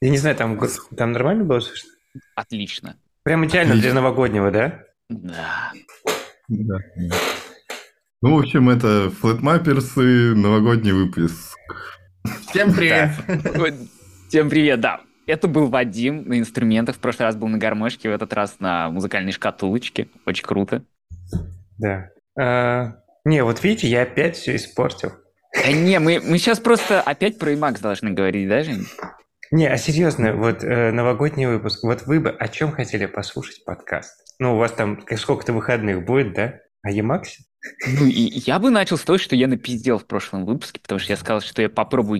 Я не знаю, там нормально было слышно? Отлично. Прям идеально для Отлично. новогоднего, да? Да. Да. Ну, в общем, это флетмаперсы, новогодний выпуск. Всем привет. Вот. Всем привет, да. Это был Вадим на инструментах. В прошлый раз был на гармошке, в этот раз на музыкальной шкатулочке. Очень круто. Да. Не, вот видите, я опять все испортил. Да не, мы сейчас просто опять про IMAX должны говорить, да, Жень? Не, а серьезно, вот новогодний выпуск. Вот вы бы о чем хотели послушать подкаст? Ну, у вас там сколько-то выходных будет, да? О Ямаксе? Ну, и я бы начал с того, что я напиздел в прошлом выпуске, потому что я сказал, что я попробую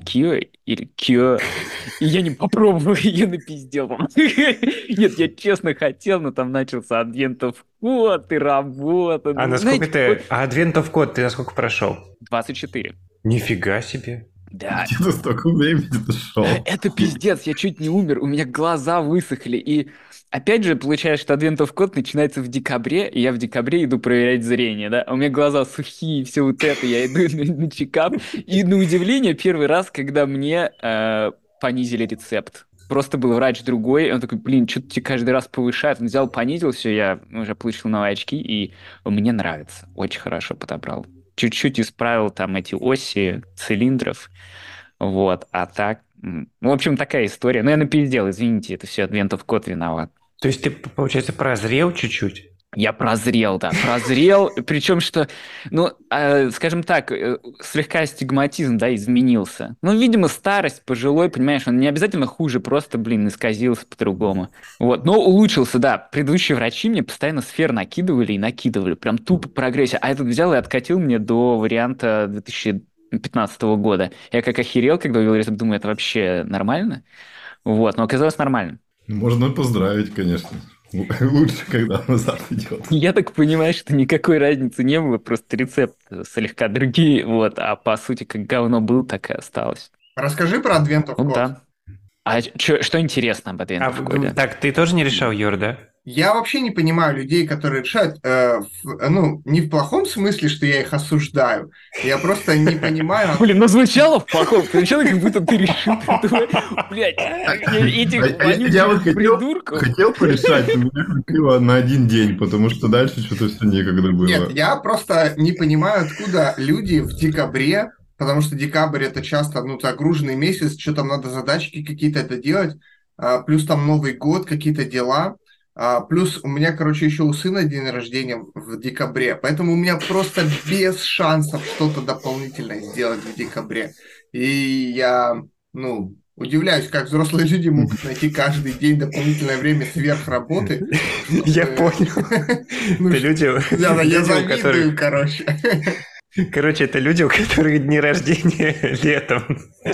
Кио, и я не попробовал, и я напиздел вам. Нет, я честно хотел, но там начался адвентов код и работа. А Ну, насколько знаете, ты... А Адвентов код ты насколько прошел? 24. Нифига себе. Да, Где ты столько времени дошел? это пиздец, я чуть не умер, у меня глаза высохли. И опять же, получается, что Адвентов код начинается в декабре, и я в декабре иду проверять зрение, да? А у меня глаза сухие, все вот это, я иду на чекап. И на удивление, первый раз, когда мне понизили рецепт. Просто был врач другой, и он такой, блин, что-то тебе каждый раз повышает. Он взял, понизил, все, я уже получил новые очки, и мне нравится. Очень хорошо подобрал. Чуть-чуть исправил там эти оси цилиндров. Вот, а так... Ну, в общем, такая история. Ну, я напиздел, извините, это все Адвентов код виноват. То есть ты, получается, прозрел чуть-чуть? Я прозрел, да, прозрел, причем что, ну, скажем так, слегка астигматизм, да, изменился. Ну, видимо, старость, пожилой, понимаешь, он не обязательно хуже, просто, блин, исказился по-другому. Вот, но улучшился, да. Предыдущие врачи мне постоянно сфер накидывали и накидывали, прям тупо прогрессия. А этот взял и откатил мне до варианта 2015 года. Я как охерел, когда увидел рецепт, думаю, это вообще нормально? Вот, но оказалось нормально. Можно поздравить, конечно. Лучше, когда назад идет. Я так понимаю, что никакой разницы не было, просто рецепт слегка другие, вот, а по сути, как говно был, так и осталось. Расскажи про Адвентов Ну код. да. А что интересно об Адвентов коде? Так, ты тоже не решал, Юр, да? Я вообще не понимаю людей, которые решают, ну, не в плохом смысле, что я их осуждаю. Я просто не понимаю. Блин, ну звучало в плохом, звучало, как будто ты решил, блядь, этих Я вот вонючих придурков. хотел порешать, но меня хватило на один день, потому что дальше что-то все некогда было. Нет, я просто не понимаю, откуда люди в декабре, потому что декабрь это часто, ну, загруженный месяц, что там надо задачки какие-то это делать, плюс там Новый год, какие-то дела. Плюс у меня, короче, еще у сына день рождения в декабре, поэтому у меня просто без шансов что-то дополнительное сделать в декабре. И я, ну, удивляюсь, как взрослые люди могут найти каждый день дополнительное время сверх работы. Я понял. Ну, Это люди, я люди, у завидую, которых... короче. Короче, это люди, у которых дни рождения летом.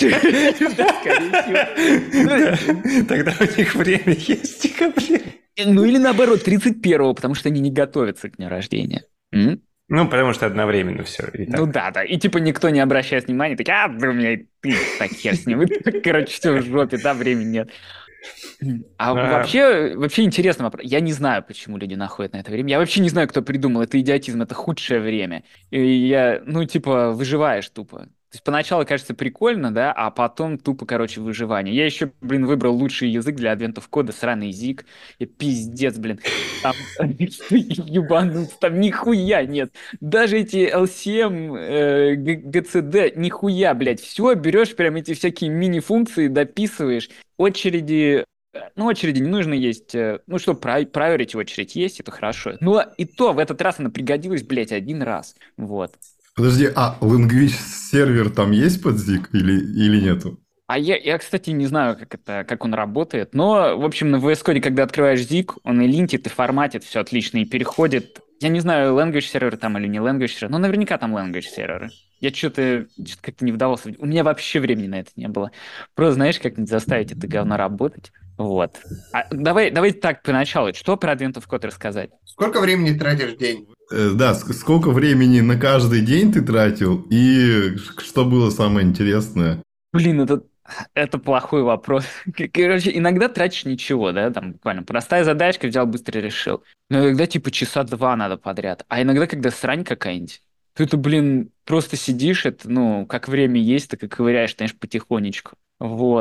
Да, скорее всего. Да, тогда у них время есть в декабре. Ну или наоборот, 31-го, потому что они не готовятся к дню рождения. Ну, потому что одновременно все. Ну да, да. И типа никто не обращает внимания, такие, да у меня и ты, так хер с ним. И, короче, все в жопе, да, времени нет. А вообще интересно вопрос. Я не знаю, почему люди находят на это время. Я вообще не знаю, кто придумал. Это идиотизм, это худшее время. И я, ну, типа, выживаешь тупо. То есть поначалу кажется прикольно, да, а потом тупо, короче, выживание. Я еще, блин, выбрал лучший язык для адвентов кода, сраный зик. И пиздец, блин. Там ебануться, там нихуя нет. Даже эти LCM, GCD, нихуя, блядь. Все берешь, прям эти всякие мини-функции, дописываешь. Очереди ну, очереди не нужно есть. Ну, что, priority очередь есть, это хорошо. Но и то в этот раз она пригодилась, блядь, один раз. Вот. Подожди, а Language сервер там есть под ZIG или нету? А я, кстати, не знаю, как он работает, но, в общем, на VS Code, когда открываешь ZIG, он и линтит, и форматит, все отлично, и переходит. Я не знаю, language сервер там или не language сервер, но наверняка там language серверы. Я что-то как-то не вдавался. У меня вообще времени на это не было. Просто, знаешь, как-нибудь заставить это говно работать. Вот. Давай так, поначалу. Что про Advent код рассказать? Сколько времени тратишь в день? Да, сколько времени на каждый день ты тратил и что было самое интересное? Блин, это плохой вопрос. Короче, иногда тратишь ничего, да, там буквально простая задачка, взял, быстро решил. Но иногда типа часа два надо подряд. А иногда, когда срань какая-нибудь, то это, блин, просто сидишь, это, ну, как время есть, так и ковыряешь, знаешь, потихонечку. Вот.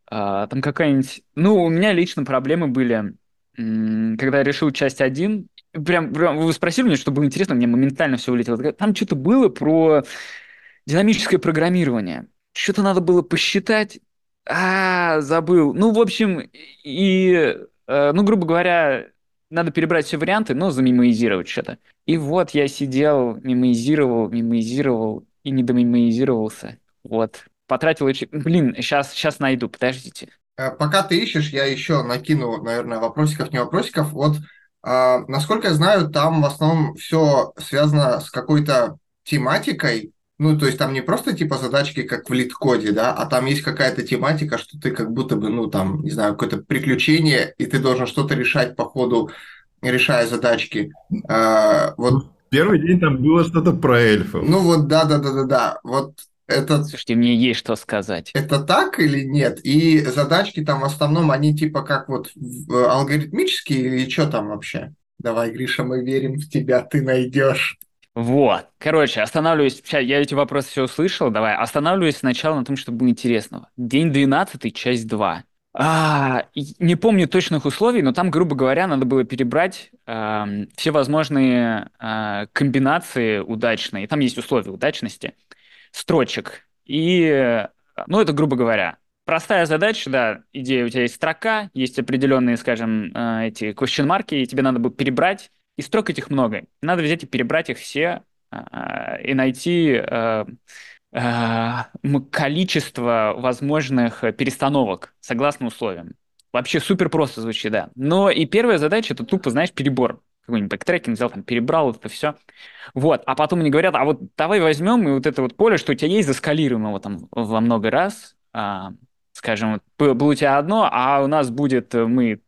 Там какая-нибудь... Ну, у меня лично проблемы были, когда я решил часть один. Прям вы спросили меня, что было интересно, мне моментально все вылетело. Там что-то было про динамическое программирование. Что-то надо было посчитать. Забыл. Ну, в общем, ну, грубо говоря, надо перебрать все варианты, но замемоизировать что-то. И вот я сидел, мемоизировал и не домемоизировался. Вот. Потратил очень... Блин, сейчас найду, подождите. Пока ты ищешь, я еще накину, наверное, вопросиков, не вопросиков. Вот, насколько я знаю, там в основном все связано с какой-то тематикой. Ну, то есть там не просто типа задачки, как в лид-коде, да, а там есть какая-то тематика, что ты как будто бы, ну, там, не знаю, какое-то приключение, и ты должен что-то решать по ходу, решая задачки. Вот, Первый день там было что-то про эльфов. ну вот, да. Вот это Слушайте, мне есть что сказать. это так или нет? И задачки там в основном, они типа как вот алгоритмические или что там вообще? Давай, Гриша, мы верим в тебя, ты найдешь. Вот. Короче, останавливаюсь. Сейчас, я эти вопросы все услышал. Давай. Останавливаюсь сначала на том, что было интересного. День 12, часть 2. Не помню точных условий, но там, грубо говоря, надо было перебрать все возможные комбинации удачные. Там есть условия удачности строчек. Ну, это грубо говоря. Простая задача, да, идея, у тебя есть строка, есть определенные, скажем, эти question марки, и тебе надо будет перебрать, и строк этих много. Надо взять и перебрать их все, и найти количество возможных перестановок согласно условиям. Вообще супер просто звучит, да. Но и первая задача — это тупо, знаешь, перебор. Какой-нибудь бэктрекинг взял, там, перебрал это все. Вот, а потом мне говорят, а вот давай возьмем и вот это вот поле, что у тебя есть, заскалируем его там во много раз. Скажем, вот было у тебя одно, а у нас будет мы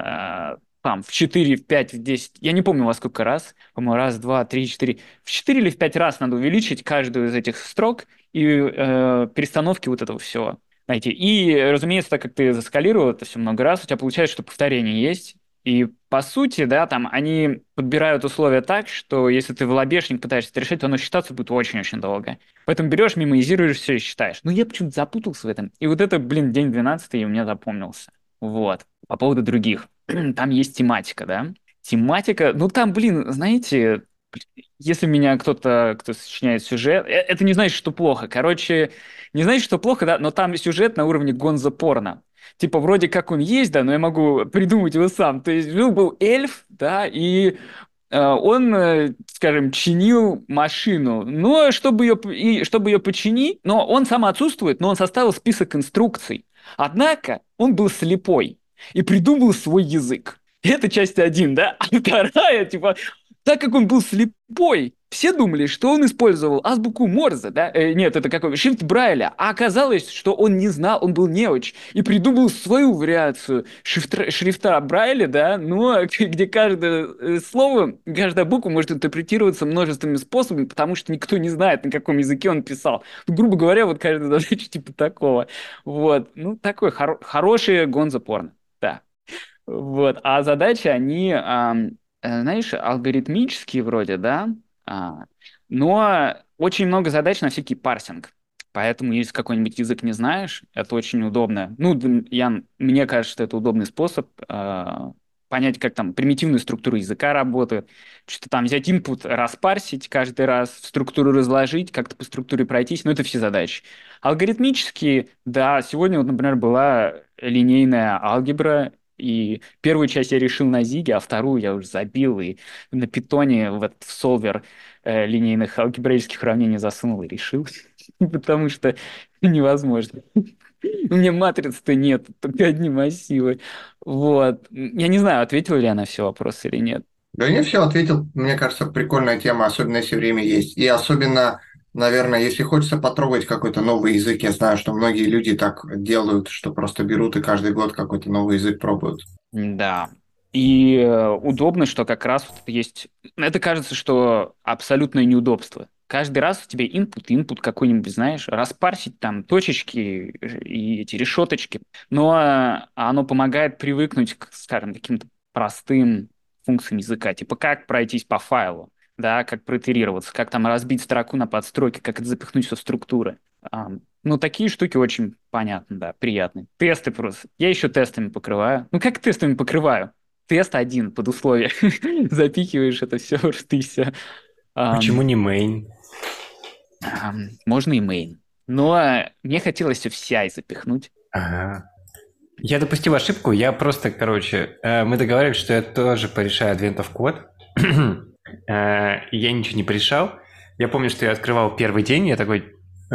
там в 4, в 5, в 10, я не помню во сколько раз, по-моему, раз, два, три, четыре, в 4 или в 5 раз надо увеличить каждую из этих строк и перестановки вот этого всего найти. И, разумеется, так как ты заскалировал это все много раз, у тебя получается, что повторение есть. И по сути, да, там они подбирают условия так, что если ты в лобешник пытаешься это решить, то оно считаться будет очень-очень долго. Поэтому берешь, мемоизируешь все и считаешь. Ну, я почему-то запутался в этом. И вот это, блин, день 12 у меня запомнился. Вот. По поводу других. Там есть тематика, да? Тематика, ну там, блин, знаете, если меня кто сочиняет сюжет, это не значит, что плохо. Короче, не значит, что плохо, да, но там сюжет на уровне гонзо-порно. Типа, вроде как он есть, да, но я могу придумать его сам. То есть жил-был эльф, да, и он, скажем, чинил машину. Но чтобы ее починить, но он сам отсутствует, но он составил список инструкций. Однако он был слепой и придумал свой язык. Это часть один, да? А вторая, типа, так как он был слепой, все думали, что он использовал азбуку Морзе, да? Нет, это какой? Шрифт Брайля. А оказалось, что он не знал, он был неуч. И придумал свою вариацию шрифта Брайля, да? Но где каждое слово, каждая буква может интерпретироваться множественными способами, потому что никто не знает, на каком языке он писал. Грубо говоря, вот каждая задача типа такого. Вот. Ну, такой хороший гонзо-порно. Да. Вот. А задачи, они, знаешь, алгоритмические вроде, да, А, но очень много задач на всякий парсинг. Поэтому, если какой-нибудь язык не знаешь, это очень удобно. Ну, мне кажется, что это удобный способ понять, как там примитивные структуры языка работают, что-то там взять input, распарсить каждый раз, в структуру разложить, как-то по структуре пройтись, но это все задачи. Алгоритмические, да, сегодня вот, например, была линейная алгебра, и первую часть я решил на Зиге, а вторую я уже забил и на питоне в этот солвер линейных алгебраических уравнений засунул и решил, потому что невозможно. У меня матриц-то нет, только одни массивы. Вот. Я не знаю, ответил ли я на все вопросы или нет. Да не все ответил. Мне кажется, прикольная тема, особенно если время есть. И особенно, наверное, если хочется потрогать какой-то новый язык. Я знаю, что многие люди так делают, что просто берут и каждый год какой-то новый язык пробуют. Да. И удобно, что как раз вот есть... Это кажется, что абсолютное неудобство. Каждый раз у тебя input какой-нибудь, знаешь, распарсить там точечки и эти решеточки. Но оно помогает привыкнуть к, скажем, каким-то простым функциям языка. Типа как пройтись по файлу, да, как проитерироваться, как там разбить строку на подстроки, как это запихнуть все в структуры. Ну, такие штуки очень понятны, да, приятны. Тесты просто. Я еще тестами покрываю. Ну, как тестами покрываю? Тест один под условие. Запихиваешь это все, и все. Почему не main? Можно и main. Но мне хотелось все в CI запихнуть. Ага. Я допустил ошибку, я просто, мы договаривались, что я тоже порешаю Advent of Code. И я ничего не порешал. Я помню, что я открывал первый день, я такой...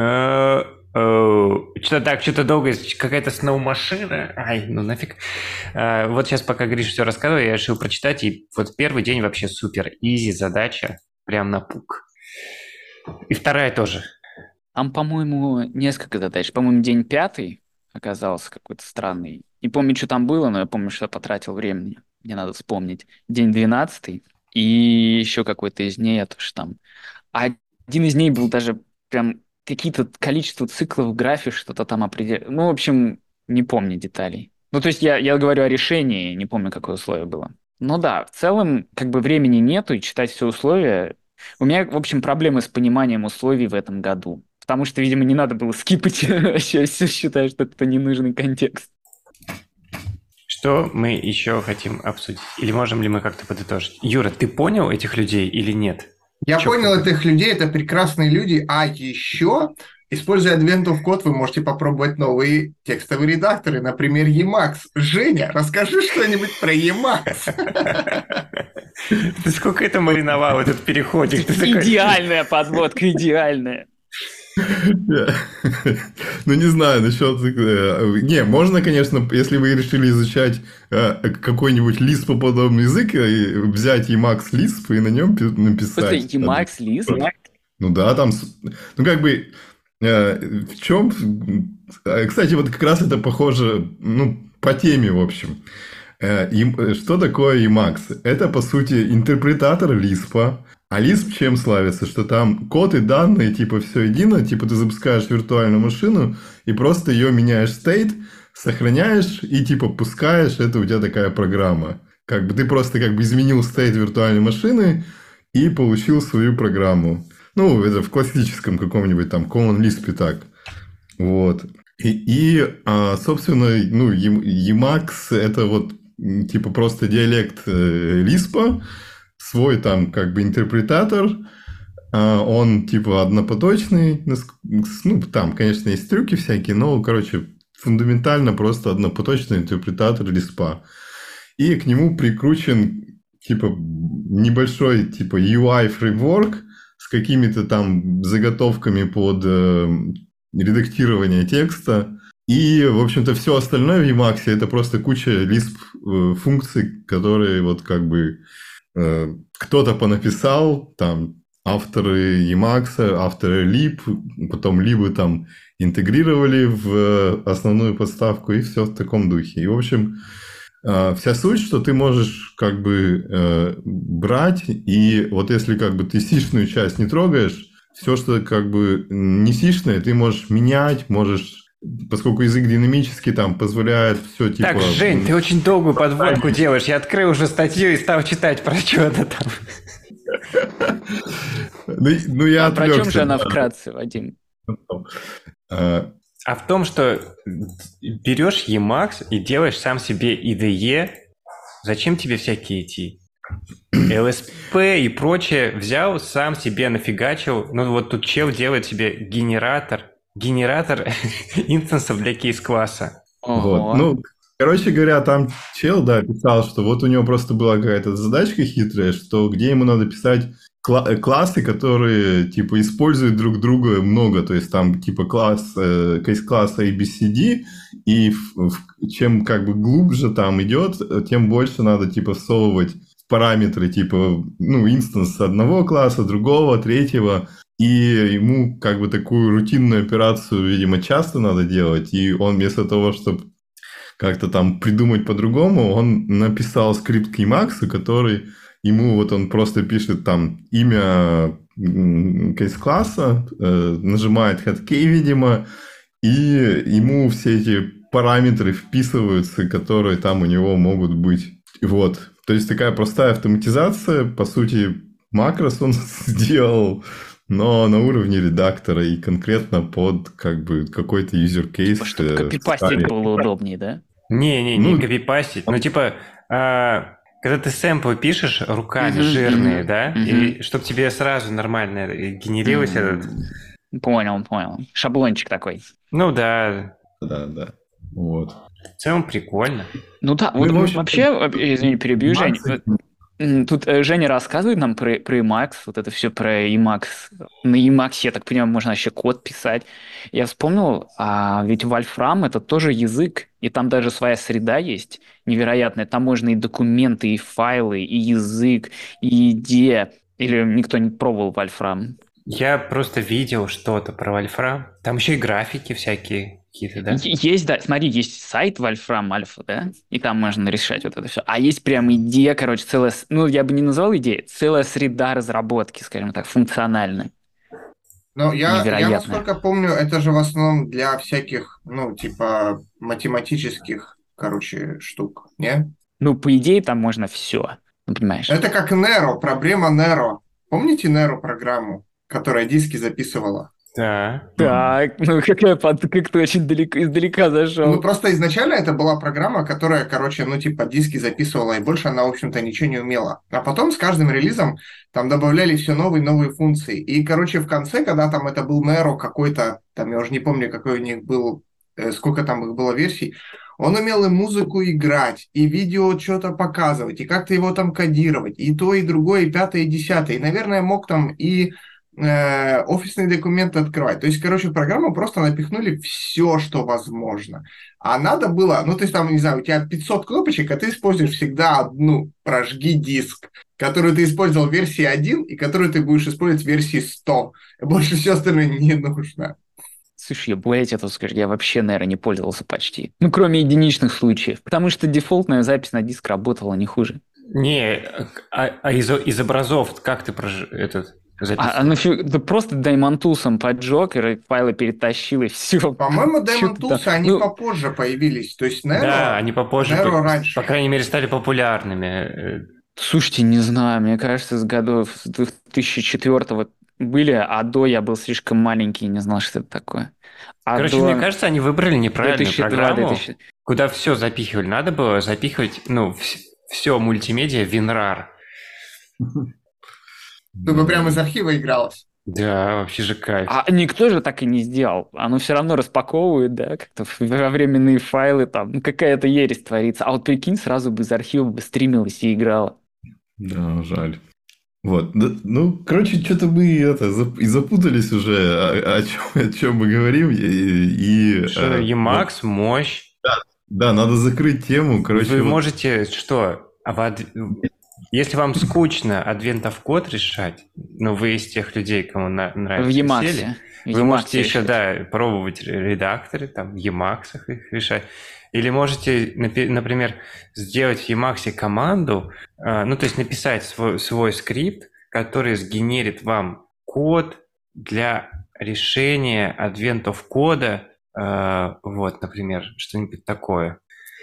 Что-то долго, какая-то сноу-машина. Ай, ну нафиг. Вот сейчас, пока Гриша все рассказывал, я решил прочитать, и вот первый день вообще супер изи задача, прям на пук. И вторая тоже. Там, по-моему, несколько задач. По-моему, день 5 оказался какой-то странный. Не помню, что там было, но я помню, что я потратил времени. Мне надо вспомнить. День 12 и еще какой-то из дней я тоже там. А один из дней был даже прям какие-то количество циклов в графе, что-то там определял. Ну, в общем, не помню деталей. Ну, то есть я говорю о решении, не помню, какое условие было. Ну да, в целом, как бы времени нету, и читать все условия. У меня, в общем, проблемы с пониманием условий в этом году. Потому что, видимо, не надо было скипать. Сейчас считаю, что это ненужный контекст. Что мы еще хотим обсудить? Или можем ли мы как-то подытожить? Юра, ты понял этих людей или нет? Я понял этих людей, это прекрасные люди. А еще, используя Advent of Code, вы можете попробовать новые текстовые редакторы, например, Emacs. Женя, расскажи что-нибудь про Emacs. Ты сколько это мариновал, этот переходик? Идеальная подводка, идеальная. Ну, не знаю, насчет... Не, можно, конечно, если вы решили изучать какой-нибудь Lisp-подобный язык, взять Emacs Lisp и на нем написать. Просто Emacs Lisp? Ну да, там... Ну, как бы... В чем... Кстати, вот как раз это похоже, ну, по теме, в общем. Что такое Emacs? Это, по сути, интерпретатор Lisp. А Lisp чем славится? Что там код и данные, типа, все едино, типа, ты запускаешь виртуальную машину и просто ее меняешь стейт, сохраняешь и, типа, пускаешь, это у тебя такая программа. Как бы ты просто, как бы, изменил стейт виртуальной машины и получил свою программу. Ну, это в классическом каком-нибудь там Common Lisp так. Вот. Собственно, ну, Emacs это вот, типа, просто диалект Lisp, свой там как бы интерпретатор, он типа однопоточный, ну там, конечно, есть трюки всякие, но, короче, фундаментально просто однопоточный интерпретатор Lisp. И к нему прикручен типа небольшой типа UI фреймворк с какими-то там заготовками под редактирование текста. И, в общем-то, все остальное в Emacs это просто куча Lisp функций, которые вот как бы кто-то понаписал, там, авторы Emacs, авторы lib, потом либо там интегрировали в основную подставку, и все в таком духе. И, в общем, вся суть, что ты можешь как бы брать, и вот если как бы ты сишную часть не трогаешь, все, что как бы не сишное, ты можешь менять, можешь... Поскольку язык динамический, там позволяет все типа... Так, Жень, ты очень долгую подводку делаешь. Я открыл уже статью и стал читать, про что она там. Ну, я А про чем же она вкратце, Вадим? А в том, что берешь Emacs и делаешь сам себе IDE. Зачем тебе всякие эти LSP и прочее? Взял, сам себе нафигачил. Ну, вот тут чел делает себе генератор инстансов для кейс-класса. Вот. Ну, короче говоря, там чел, да, писал, что вот у него просто была какая-то задачка хитрая, что где ему надо писать классы, которые, типа, используют друг друга много. То есть, там, типа, кейс-класс ABCD, и чем, как бы, глубже там идет, тем больше надо, типа, всовывать параметры, типа, ну, инстанс одного класса, другого, третьего. И ему как бы такую рутинную операцию, видимо, часто надо делать. И он вместо того, чтобы как-то там придумать по-другому, он написал скрипт к Emacs, который ему вот он просто пишет там имя кейс-класса, нажимает headkey, видимо, и ему все эти параметры вписываются, которые там у него могут быть. Вот. То есть такая простая автоматизация, по сути, макрос он сделал. но на уровне редактора и конкретно под как бы какой-то user case. Чтобы копипастить было удобнее, да? Не копипастить. Ну, типа, когда ты сэмплы пишешь руками жирные, да, и чтобы тебе сразу нормально генерилось этот... Понял. Шаблончик такой. Ну, да. Да. Вот. В целом прикольно. Ну да, вот вообще, извини, перебью, Жень. Тут Женя рассказывает нам про Emacs, вот это все про Emacs. На Emacs, я так понимаю, можно еще код писать. Я вспомнил, ведь Wolfram — это тоже язык, и там даже своя среда есть невероятная. Там можно и документы, и файлы, и язык, и идея. Или никто не пробовал Wolfram? Я просто видел что-то про Wolfram. Там еще и графики всякие какие-то, да? Есть, да. Смотри, есть сайт Wolfram Alpha, да? И там можно решать вот это все. А есть прям идея, короче, целая... Ну, я бы не назвал идеей. Целая среда разработки, скажем так, функциональной. Но я насколько помню, это же в основном для всяких, ну, типа, математических, короче, штук, не? Ну, по идее, там можно все. Ну, понимаешь? Это как Nero, проблема Nero. Помните Nero программу, которая диски записывала? Да. Так, ну как ты очень издалека зашел. Ну, просто изначально это была программа, которая, короче, ну, типа, диски записывала, и больше она, в общем-то, ничего не умела. А потом с каждым релизом там добавляли все новые функции. И, короче, в конце, когда там это был Nero какой-то, там, я уже не помню, какой у них был, сколько там их было версий, он умел и музыку играть, и видео что-то показывать, и как-то его там кодировать, и то, и другое, и пятое, и десятое. И, наверное, мог там и офисные документы открывать. То есть, короче, в программу просто напихнули все, что возможно. А надо было, ну, то есть там, не знаю, у тебя 500 кнопочек, а ты используешь всегда одну, прожги диск, которую ты использовал в версии 1 и которую ты будешь использовать в версии 100. Больше все остальное не нужно. Слушай, я тебе скажу, я вообще, наверное, не пользовался почти. Ну, кроме единичных случаев. Потому что дефолтная запись на диск работала не хуже. Не, из образов как ты этот... Да просто Daemon Tools поджег, и файлы перетащил, и все. По-моему, Daemon Tools, они попозже появились. То есть Nero, да, они попозже, раньше. По крайней мере, стали популярными. Слушайте, не знаю, мне кажется, с годов 2004 были, а до я был слишком маленький и не знал, что это такое. Мне кажется, они выбрали неправильную программу, куда все запихивали. Надо было запихивать, все мультимедиа в WinRAR. Чтобы прямо из архива игралось. Да, вообще же кайф. А никто же так и не сделал. Оно все равно распаковывает, да, как-то во временные файлы, там, какая-то ересь творится. А вот прикинь, сразу бы из архива бы стримилось и играло. Да, жаль. Вот, ну, короче, что-то мы и запутались уже, о чем мы говорим. Emacs, мощь. Да, надо закрыть тему. Короче, вы можете что? Если вам скучно адвентов код решать, вы из тех людей, кому нравится в Emacs. Вы можете еще, пробовать редакторы, там, в Emacs их решать. Или можете, например, сделать в Emacs команду, то есть написать свой скрипт, который сгенерит вам код для решения адвентов кода, например, что-нибудь такое.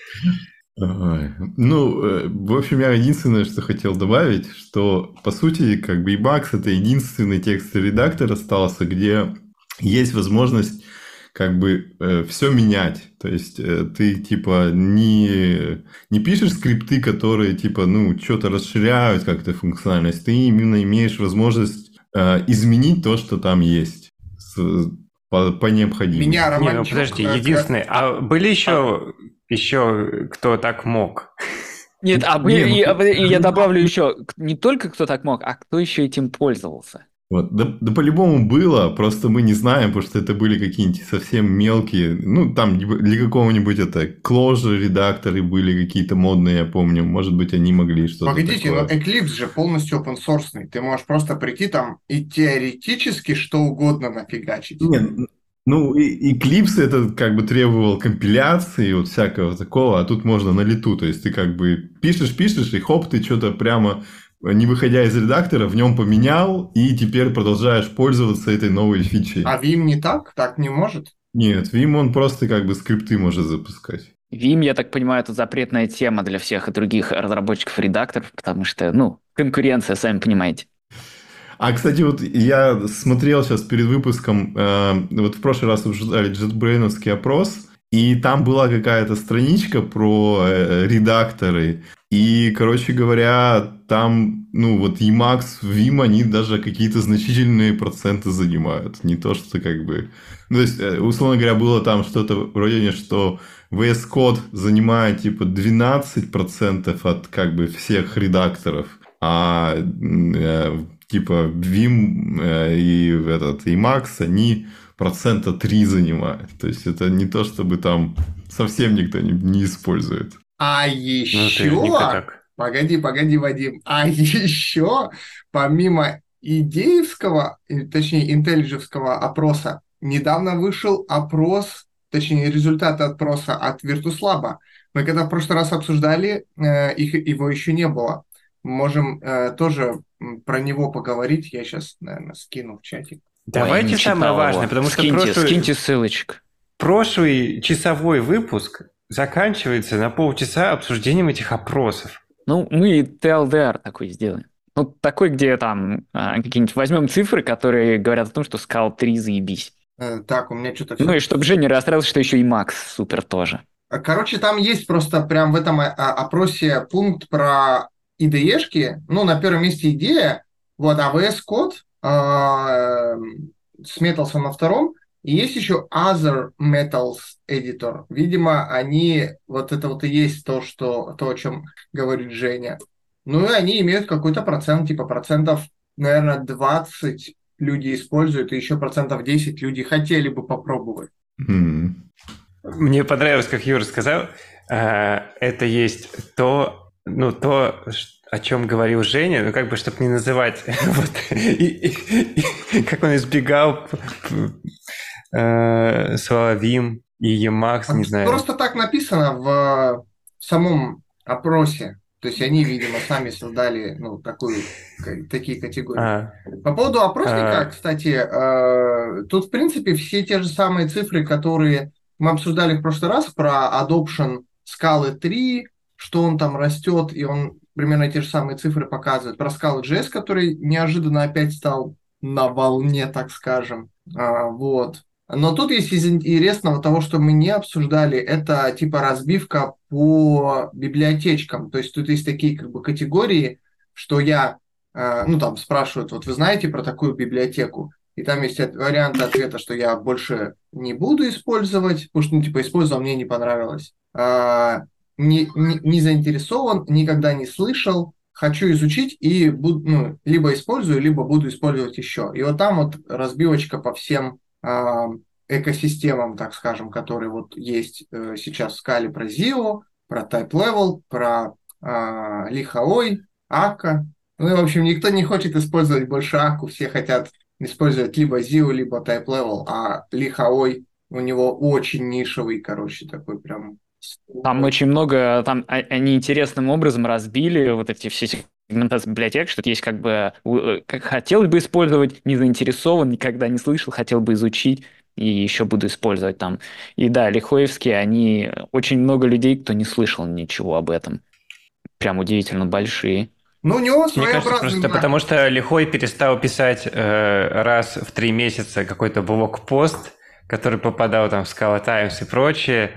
Ну, в общем, я единственное, что хотел добавить, что, по сути, как бы Emacs — это единственный текстовый редактор остался, где есть возможность как бы все менять. То есть ты типа не пишешь скрипты, которые типа что-то расширяют как-то функциональность. Ты именно имеешь возможность изменить то, что там есть по необходимости. Меня романтик... подожди, единственное. А были еще кто так мог? Нет, я добавлю еще, не только кто так мог, а кто еще этим пользовался. Вот. Да по-любому было, просто мы не знаем, потому что это были какие-нибудь совсем мелкие, там для какого-нибудь Clojure редакторы были какие-то модные, я помню, может быть, они могли что-то Погодите, такое. но Eclipse же полностью open-source, ты можешь просто прийти там и теоретически что угодно нафигачить. Нет, Eclipse это как бы требовал компиляции, вот всякого такого, а тут можно на лету, то есть ты как бы пишешь, и хоп, ты что-то прямо... не выходя из редактора, в нем поменял, и теперь продолжаешь пользоваться этой новой фичей. А Vim не так? Так не может? Нет, Vim, он просто как бы скрипты может запускать. Vim, я так понимаю, это запретная тема для всех и других разработчиков редакторов, потому что, конкуренция, сами понимаете. Кстати, вот я смотрел сейчас перед выпуском, вот в прошлый раз обсуждали JetBrains опрос, и там была какая-то страничка про редакторы. И, короче говоря, там, ну, вот Emacs, Vim, они даже какие-то значительные проценты занимают. Не то, что как бы... Ну, то есть, условно говоря, было там что-то вроде, что VS Code занимает, типа, 12% от, как бы, всех редакторов, а типа Vim и Emacs, они 3% занимают. То есть это не то, чтобы там совсем никто не использует. А еще... Погоди, Вадим. А еще, помимо идеевского, точнее, интеллиджевского опроса, недавно вышел опрос, точнее, результаты опроса от Virtus.lab. Мы когда в прошлый раз обсуждали, его еще не было. Можем тоже про него поговорить. Я сейчас, наверное, скину в чатик. Давайте самое важное, потому что скиньте ссылочку. Прошлый часовой выпуск заканчивается на полчаса обсуждением этих опросов. Ну, мы TLDR такой сделаем. Ну, такой, где там какие-нибудь возьмем цифры, которые говорят о том, что Scala 3 заебись. Так, у меня что-то... Ну и чтобы Женя расстраивался, что еще и Max супер тоже. Короче, там есть просто прям в этом опросе пункт про IDE-шки. Ну, на первом месте идея, вот, а VS Code с Metals на втором. И есть еще Other Metals Editor. Видимо, они, вот это вот и есть то, о чем говорит Женя. Ну и они имеют какой-то процент, типа процентов, наверное, 20 люди используют, и еще процентов 10 люди хотели бы попробовать. Мне понравилось, как Юра сказал, это есть то, о чем говорил Женя, ну, как бы, чтобы не называть, вот, как он избегал слова Vim и Emacs, не знаю. Просто так написано в самом опросе. То есть они, видимо, сами создали такие категории. По поводу опросника, кстати, тут, в принципе, все те же самые цифры, которые мы обсуждали в прошлый раз про adoption Scala 3, что он там растет, и он примерно те же самые цифры показывает. Про Scala.js, который неожиданно опять стал на волне, так скажем. Вот. Но тут есть из интересного того, что мы не обсуждали, это типа разбивка по библиотечкам. То есть тут есть такие как бы категории, что я, там спрашивают, вот вы знаете про такую библиотеку? И там есть варианты ответа, что я больше не буду использовать, потому что, использовал, мне не понравилось. Не заинтересован, никогда не слышал, хочу изучить и буду, либо использую, либо буду использовать еще. И вот там вот разбивочка по всем экосистемам, так скажем, которые вот есть сейчас в Scala, про Zio, про Type Level, про Lihoi, Akka. Ну и, в общем, никто не хочет использовать больше Akka, все хотят использовать либо Zio, либо Type Level, а Lihoi у него очень нишевый, такой прям... Там очень много, там они интересным образом разбили вот эти все сегментации библиотек, что есть как бы, как хотел бы использовать, не заинтересован, никогда не слышал, хотел бы изучить и еще буду использовать там. И да, лихоевские, они, очень много людей, кто не слышал ничего об этом. Прям удивительно большие. Ну, у него мне кажется, просто потому что Лихой перестал писать раз в 3 месяца какой-то блокпост, который попадал там в Scala Times и прочее.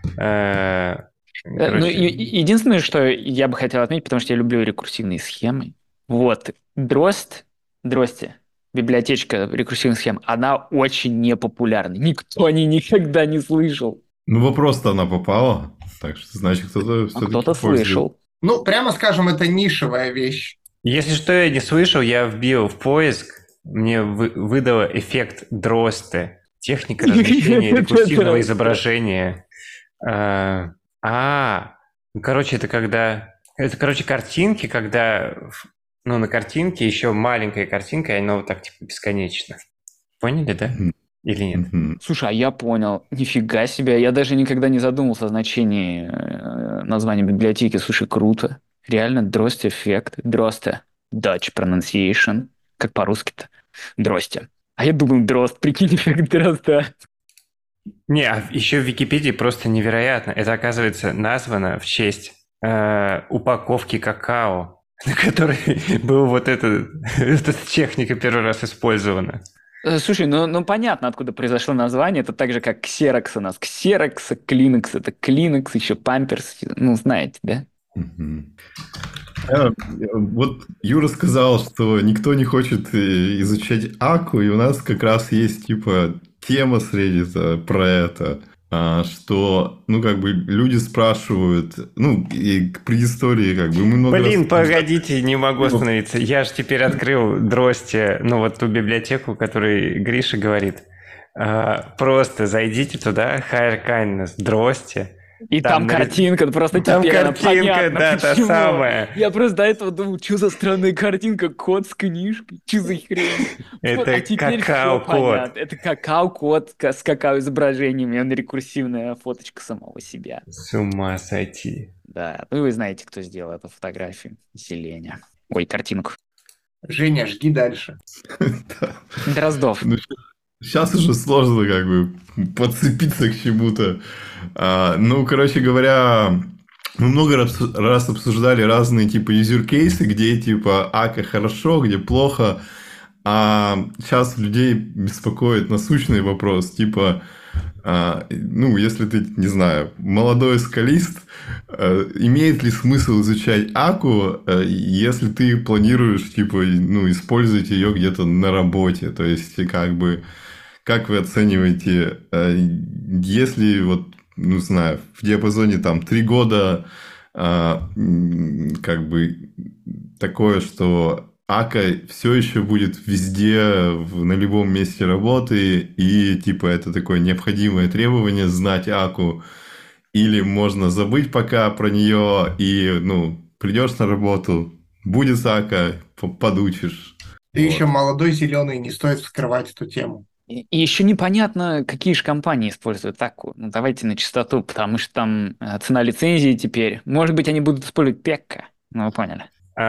Единственное, что я бы хотел отметить, потому что я люблю рекурсивные схемы. Вот, Дросте, библиотечка рекурсивных схем, она очень непопулярна. Никто о ней никогда не слышал. Ну, вопрос-то она попала. Так что, значит, кто-то слышал. Ну, прямо скажем, это нишевая вещь. Если что я не слышал, я вбил в поиск, мне выдало эффект Дросте. Техника размещения рекурсивного изображения. Это картинки, когда на картинке еще маленькая картинка, и она вот так типа бесконечно. Поняли, да? Или нет? Слушай, а я понял. Нифига себе. Я даже никогда не задумывался о значении названия библиотеки. Слушай, круто. Реально, Дросте эффект. Дросте. Dutch pronunciation. Как по-русски-то? Дросте. А я думал, Дрозд, прикинь, эффект Дрозда. Не, еще в Википедии просто невероятно. Это, оказывается, названо в честь упаковки какао. на которой был вот эта техника первый раз использована. Слушай, ну понятно, откуда произошло название. Это так же, как Xerox у нас. Xerox, Kleenex, это Kleenex, еще Pampers. Ну, знаете, да? Вот Юра сказал, что никто не хочет изучать Аку, и у нас как раз есть типа тема с Reddit про это, что, ну, как бы люди спрашивают, ну, и при истории как бы мы много Блин, раз... погодите, не могу остановиться. Я же теперь открыл Дрости, ну, вот ту библиотеку, которой Гриша говорит. Просто зайдите туда, Higher Kindness, Дрости. И там картинка, просто там теперь картинка, понятно, да, та почему. самая. Я просто до этого думал, что за странная картинка, кот с книжкой, что за хрень. Это А теперь всё какао-код. понятно. Это какао-код с какао-изображениями, он рекурсивная фоточка самого себя. С ума сойти. Да, ну вы знаете, кто сделал эту фотографию. Селения. Ой, картинку. Женя, жги дальше. Дроздов. Сейчас уже сложно как бы подцепиться к чему-то. Ну, короче говоря, мы много раз обсуждали разные типа юзер-кейсы, где типа ака хорошо, где плохо. А сейчас людей беспокоит насущный вопрос, типа, ну, если ты, не знаю, молодой скалист, имеет ли смысл изучать аку, если ты планируешь, типа, ну, использовать ее где-то на работе? То есть, как бы, как вы оцениваете, если вот, ну, знаю, в диапазоне там 3 года, как бы, такое, что ака все еще будет везде, на любом месте работы, и типа это такое необходимое требование знать аку, или можно забыть пока про нее, и, ну, придешь на работу, будет ака, подучишь. Ты еще молодой, зеленый, не стоит вскрывать эту тему. И еще непонятно, какие же компании используют аку. Ну, давайте на чистоту, потому что там цена лицензии теперь. Может быть, они будут использовать Пекка. Ну, вы поняли.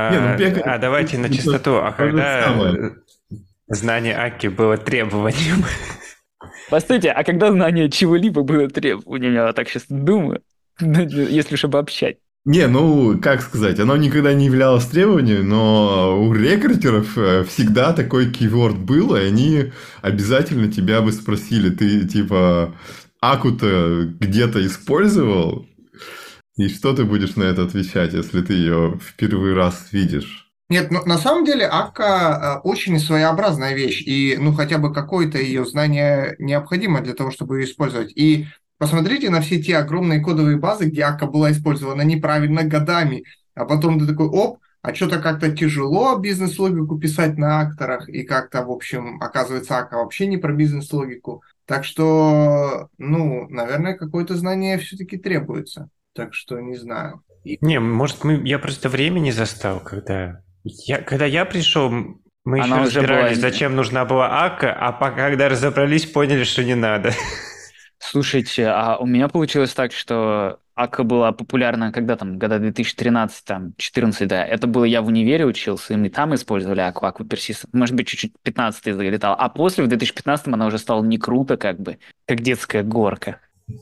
Давайте на чистоту. А когда знание аки было требованием? Постойте, а когда знание чего-либо было требованием? Я так сейчас думаю, если уж обобщать. Не, ну, как сказать, оно никогда не являлось требованием, но у рекрутеров всегда такой кейворд был, и они обязательно тебя бы спросили, ты, типа, аку-то где-то использовал? И что ты будешь на это отвечать, если ты ее в первый раз видишь? Нет, ну, на самом деле Ака очень своеобразная вещь, и ну хотя бы какое-то ее знание необходимо для того, чтобы ее использовать. И посмотрите на все те огромные кодовые базы, где Ака была использована неправильно годами, а потом ты такой, оп, а что-то как-то тяжело бизнес-логику писать на акторах, и как-то, в общем, оказывается, Ака вообще не про бизнес-логику. Так что, ну, наверное, какое-то знание все-таки требуется. Так что не знаю. Не, может, я просто время не застал, когда я пришел, мы Она еще уже разбирались, была- зачем нужна была ака, а когда разобрались, поняли, что не надо. Слушайте, а у меня получилось так, что ака была популярна, когда там, года 2013, там, 14, да. Это было, я в универе учился, и мы там использовали аку Persistent. Может быть, чуть-чуть 15-й залетал. А после, в 2015-м, она уже стала не круто, как бы, как детская горка.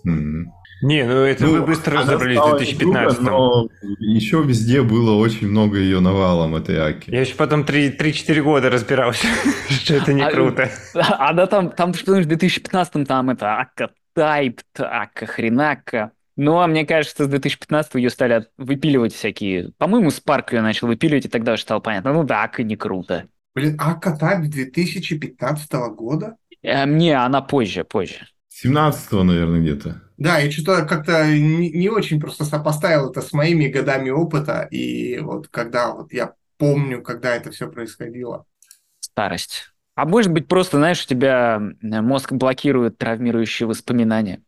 Не, ну это вы быстро разобрались в 2015-м. Но еще везде было очень много ее навалом, этой аки. Я еще потом 3-4 года разбирался, что это не круто. Да там, потому что в 2015-м там это ака тайп, ака хренака. Но мне кажется, с 2015-го ее стали выпиливать всякие... По-моему, Spark ее начал выпиливать, и тогда уже стало понятно. Ну да, ака не круто. Блин, Ака тайп 2015 года? Не, она позже. 17-го, наверное, где-то. Да, я что-то как-то не очень просто сопоставил это с моими годами опыта, и вот когда вот я помню, когда это все происходило. Старость. А может быть, просто, знаешь, у тебя мозг блокирует травмирующие воспоминания.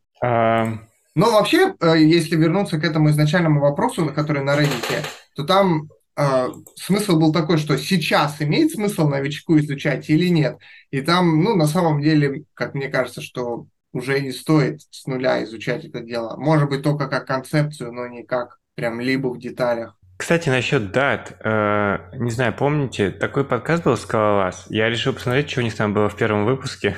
Но вообще, если вернуться к этому изначальному вопросу, который на Reddit, то там смысл был такой, что сейчас имеет смысл новичку изучать или нет. И там, ну, на самом деле, как мне кажется, что уже не стоит с нуля изучать это дело. Может быть, только как концепцию, но не как прям либо в деталях. Кстати, насчет дат. Не знаю, помните, такой подкаст был «Скалолаз»? Я решил посмотреть, что у них там было в первом выпуске.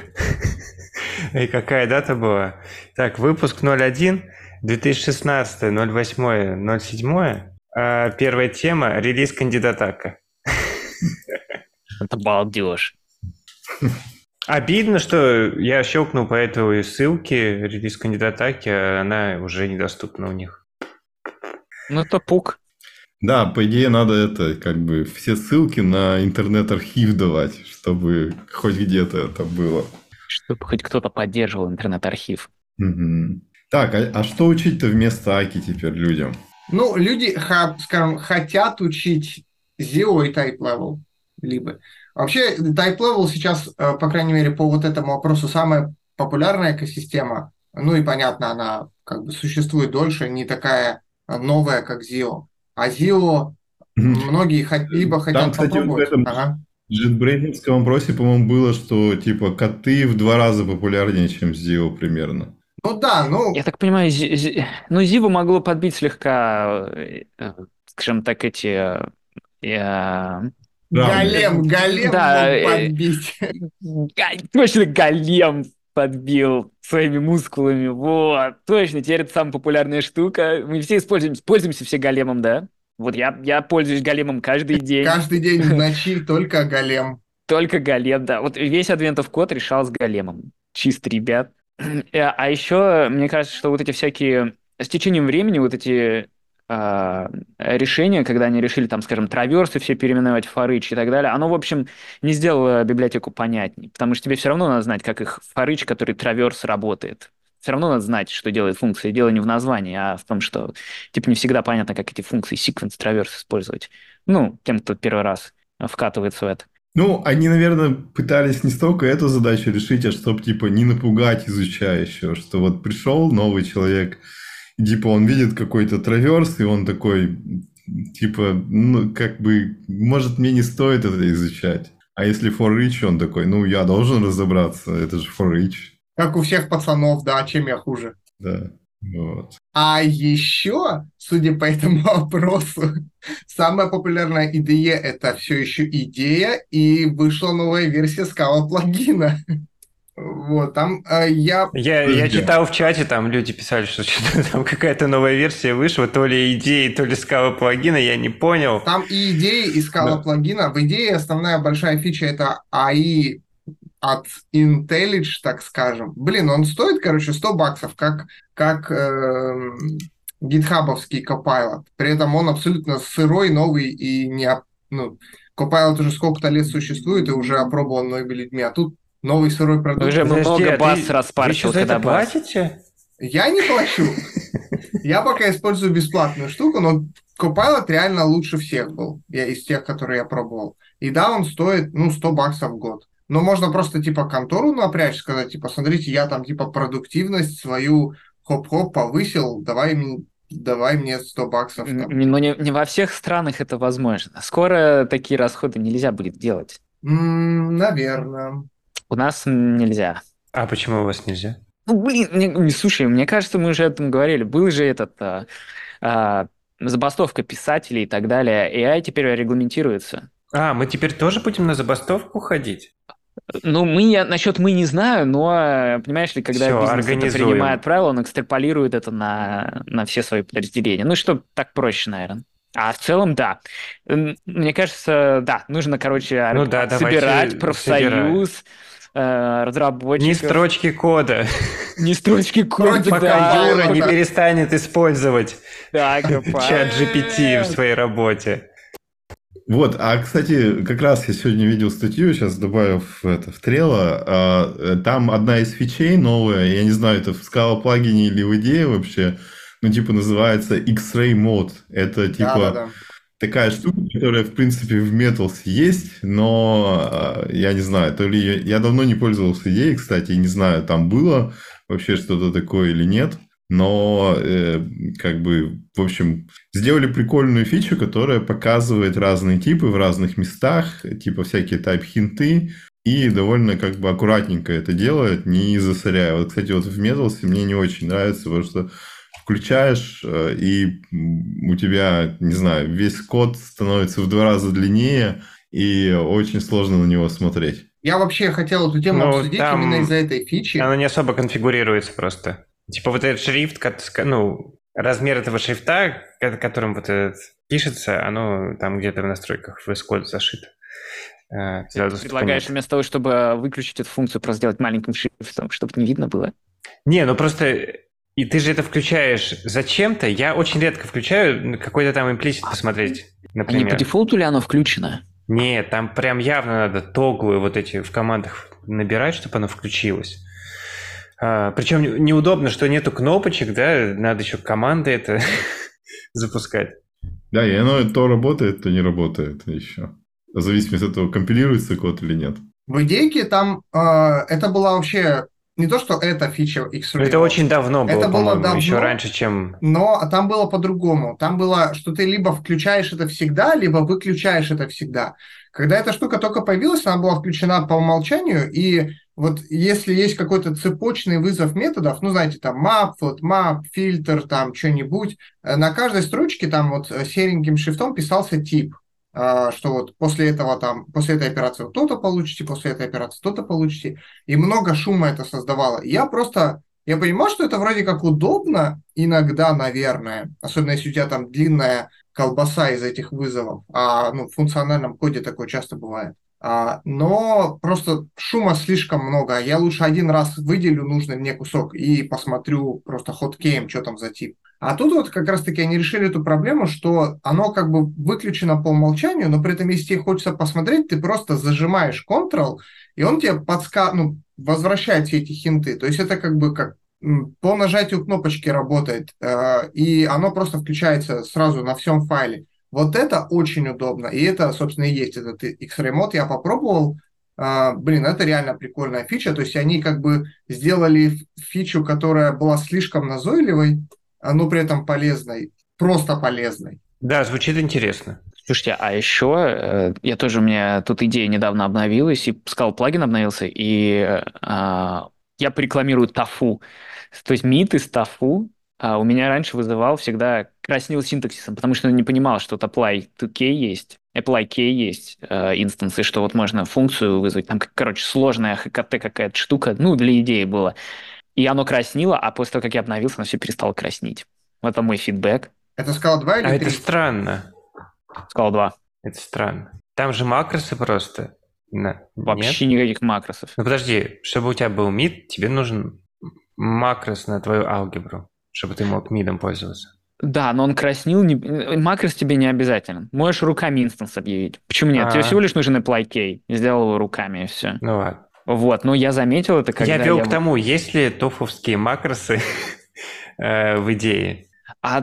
И какая дата была. Так, выпуск 01, 2016, 08, 07. Первая тема – релиз кандидатака. Это балдеж. Обидно, что я щелкнул по этой ссылке релиз кандидатаки, а она уже недоступна у них. Ну, это пук. Да, по идее, надо это, как бы, все ссылки на интернет-архив давать, чтобы хоть где-то это было. Чтобы хоть кто-то поддерживал интернет-архив. Мгм. Так, а что учить-то вместо Аки теперь людям? Ну, люди, скажем, хотят учить Zero и Type Level. Либо. Вообще, Type Level сейчас, по крайней мере, по вот этому вопросу, самая популярная экосистема. Ну и понятно, она как бы существует дольше, не такая новая, как Zio. А Zio многие либо Там, хотят кстати, вот в попробовать. этом Ага. JetBrains-ском вопросе, по-моему, было, что типа коты в 2 раза популярнее, чем Zio примерно. Ну да, ну, Я так понимаю, ну, Зиву могло подбить слегка, скажем так, эти... Правда. Голем Да, мог подбить. точно Голем подбил своими мускулами. Вот, точно, теперь это самая популярная штука. Мы все пользуемся все Големом, да? Вот я пользуюсь Големом каждый день. Каждый день в ночи только голем. Только Голем, да. Вот весь Адвентов код решал с Големом. Чисто, ребят. А еще, мне кажется, что вот эти всякие... С течением времени вот эти решения, когда они решили, там, скажем, траверсы все переименовать в форыч и так далее, оно, в общем, не сделало библиотеку понятнее. Потому что тебе все равно надо знать, как их форыч, который траверс, работает. Все равно надо знать, что делает функция. Дело не в названии, а в том, что типа не всегда понятно, как эти функции sequence, траверс использовать. Ну, тем, кто первый раз вкатывается в это. Ну, они, наверное, пытались не столько эту задачу решить, а чтобы, типа, не напугать изучающего, что вот пришел новый человек, и, типа, он видит какой-то траверс, и он такой, типа, ну, как бы, может, мне не стоит это изучать. А если for each, он такой, ну, я должен разобраться, это же for each. Как у всех пацанов, да, чем я хуже. Да, вот. А еще, судя по этому вопросу, самая популярная IDE – это все еще идея, и вышла новая версия Scala плагина. Вот, там Я читал в чате, там люди писали, что что-то там какая-то новая версия вышла, то ли идеи, то ли Scala плагина, я не понял. Там и идеи, и Scala плагина. В идее основная большая фича – это AI от IntelliJ, так скажем. Блин, он стоит, короче, $100, как гитхабовский Copilot. При этом он абсолютно сырой, новый и не... Ну, Copilot уже сколько-то лет существует и уже опробован многими людьми, а тут новый сырой продукт. Уже много бас распарчил, вы что, за это бас. платите? Я не плачу. Я пока использую бесплатную штуку, но Copilot реально лучше всех был из тех, которые я пробовал. И да, он стоит, $100 в год. Но можно просто, типа, контору напрячь, сказать, типа, смотрите, я там, типа, продуктивность свою хоп-хоп повысил, давай мне $100. Там. Но не во всех странах это возможно. Скоро такие расходы нельзя будет делать. Наверное. У нас нельзя. А почему у вас нельзя? Ну, блин, слушай, мне кажется, мы уже об этом говорили. Был же этот забастовка писателей и так далее. AI теперь регламентируется. Мы теперь тоже будем на забастовку ходить? Ну, насчет мы не знаю, но, понимаешь ли, когда бизнес это принимает правила, он экстраполирует это на все свои подразделения. Ну, что так проще, наверное. А в целом, да. Мне кажется, да, нужно, короче, собирать профсоюз, разработчиков. Не строчки кода. Не строчки кода, пока Юра не перестанет использовать чат GPT в своей работе. Вот, кстати, как раз я сегодня видел статью, сейчас добавив это в Trello, там одна из фичей новая, я не знаю, это в Scala плагине или в идее вообще, ну, типа, называется X-Ray Mode. Это, типа, такая штука, которая, в принципе, в Metals есть, но я не знаю, то ли я давно не пользовался идеей, кстати, и не знаю, там было вообще что-то такое или нет. Но, как бы, в общем, сделали прикольную фичу, которая показывает разные типы в разных местах, типа всякие type-хинты, и довольно, как бы, аккуратненько это делает, не засоряя. Вот, кстати, вот в Metals мне не очень нравится, потому что включаешь, и у тебя, не знаю, весь код становится в 2 раза длиннее, и очень сложно на него смотреть. Я вообще хотел эту тему обсудить именно из-за этой фичи. Она не особо конфигурируется просто. Типа вот этот шрифт, размер этого шрифта, которым вот этот пишется, оно там где-то в настройках в S-код зашито. Ты предлагаешь вместо того, чтобы выключить эту функцию, просто сделать маленьким шрифтом, чтобы не видно было? Не, ну просто... И ты же это включаешь зачем-то. Я очень редко включаю какой-то там имплисит посмотреть, например. А не по дефолту ли оно включено? Нет, там прям явно надо тоглы вот эти в командах набирать, чтобы оно включилось. Причем неудобно, что нету кнопочек, да, надо еще команды это запускать. Да, и оно то работает, то не работает еще. В зависимости от того, компилируется код или нет. В идейке там это была вообще не то, что это фича X-Ray. Это очень давно было, это было по-моему, давно, еще раньше, чем... Но там было по-другому. Там было, что ты либо включаешь это всегда, либо выключаешь это всегда. Когда эта штука только появилась, она была включена по умолчанию, и вот если есть какой-то цепочный вызов методов, ну, знаете, там map, float-map, фильтр, там что-нибудь, на каждой строчке там вот сереньким шрифтом писался тип, что вот после этого там, после этой операции вот то-то получите, после этой операции то-то получите, и много шума это создавало. Я понимал, что это вроде как удобно иногда, наверное, особенно если у тебя там длинная колбаса из этих вызовов, в функциональном коде такое часто бывает. Но просто шума слишком много. Я лучше один раз выделю нужный мне кусок и посмотрю просто хоткеем, что там за тип. А тут вот как раз-таки они решили эту проблему, что оно как бы выключено по умолчанию, но при этом, если тебе хочется посмотреть, ты просто зажимаешь Ctrl, и он тебе возвращает все эти хинты. То есть это как бы как по нажатию кнопочки работает, и оно просто включается сразу на всем файле. Вот это очень удобно, и это, собственно, и есть этот X-Ray мод. Я попробовал, это реально прикольная фича, то есть они как бы сделали фичу, которая была слишком назойливой, но при этом полезной, просто полезной. Да, звучит интересно. Слушайте, а еще у меня тут идея недавно обновилась, и Scala плагин обновился, и я порекламирую Тафу. То есть мид из Тафу у меня раньше вызывал всегда краснил синтаксисом, потому что не понимал, что вот apply to key есть, apply key есть инстансы, что вот можно функцию вызвать. Там, сложная ХКТ какая-то штука, для идеи было. И оно краснило, а после того, как я обновился, оно все перестало краснить. Вот это мой фидбэк. Это Scala 2 или 3? Это странно. Scala 2. Это странно. Там же макросы просто. Вообще никаких макросов. Ну подожди, чтобы у тебя был мид, тебе нужен макрос на твою алгебру, чтобы ты мог мидом пользоваться. Да, но он краснил. Макрос тебе не обязателен. Можешь руками инстанс объявить. Почему нет? Тебе всего лишь нужен apply key. Сделал его руками, и все. Ну ладно. Вот, но я заметил это, когда я вел к тому, есть ли тофовские макросы в идее. А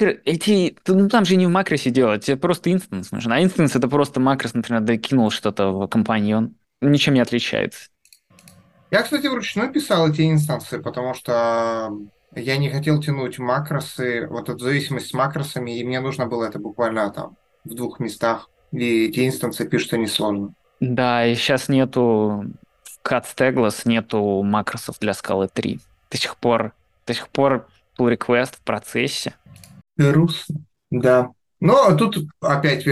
там же не в макросе делать, тебе просто инстанс нужен. А инстанс это просто макрос, например, докинул что-то в компаньон. Ничем не отличается. Я, кстати, вручную писал эти инстансы, потому что я не хотел тянуть макросы, вот эту зависимость с макросами, и мне нужно было это буквально там в 2 местах. И эти инстансы пишутся несложно. Да, и сейчас нету в CatStaglos нету макросов для Scala 3. До сих пор pull request в процессе. Грустно. Да. Но тут опять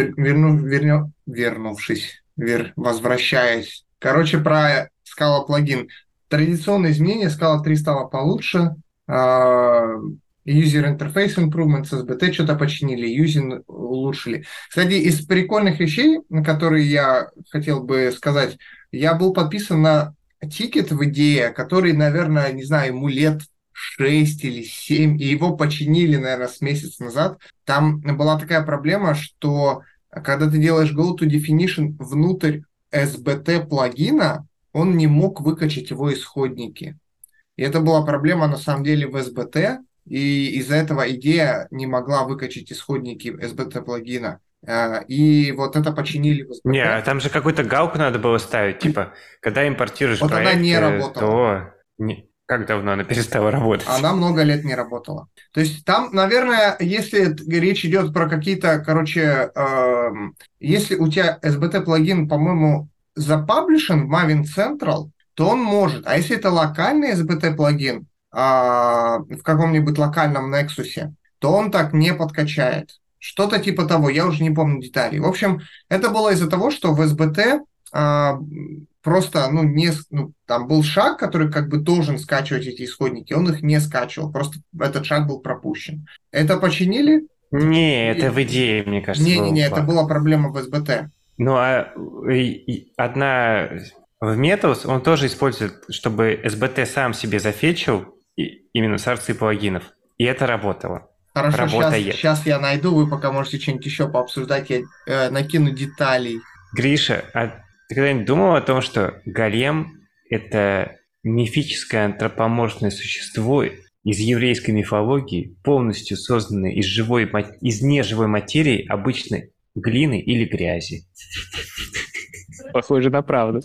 возвращаясь. Короче, про Scala плагин. Традиционные изменения. Scala 3 стало получше. User Interface Improvements, SBT что-то починили, юзинг улучшили. Кстати, из прикольных вещей, на которые я хотел бы сказать, я был подписан на тикет в идее, который, наверное, не знаю, ему лет 6 или 7, и его починили, наверное, с месяц назад. Там была такая проблема, что когда ты делаешь go-to-definition внутрь SBT плагина, он не мог выкачать его исходники. И это была проблема, на самом деле, в SBT, и из-за этого идея не могла выкачать исходники SBT плагина. И вот это починили в SBT. Не, там же какую-то галку надо было ставить, типа, когда импортируешь вот проект, она не работала. Как давно она перестала работать? Она много лет не работала. То есть там, наверное, если речь идет про какие-то, если у тебя SBT-плагин, по-моему, запаблишен в Maven Central, то он может. А если это локальный SBT-плагин в каком-нибудь локальном Nexus, то он так не подкачает. Что-то типа того, я уже не помню деталей. В общем, это было из-за того, что в SBT просто, там был шаг, который как бы должен скачивать эти исходники, он их не скачивал, просто этот шаг был пропущен. Это починили? Не, это в идее, мне кажется, был Не-не-не, это баг. была проблема в SBT. Ну, одна в Metals он тоже использует, чтобы SBT сам себе зафетчил именно сорцы плагинов. И это работало. Хорошо, Работает. сейчас я найду, вы пока можете что-нибудь еще пообсуждать, я накину деталей. Гриша, а ты когда-нибудь думал о том, что голем – это мифическое антропоморфное существо из еврейской мифологии, полностью созданное из неживой материи, обычной глины или грязи? Похоже на правду.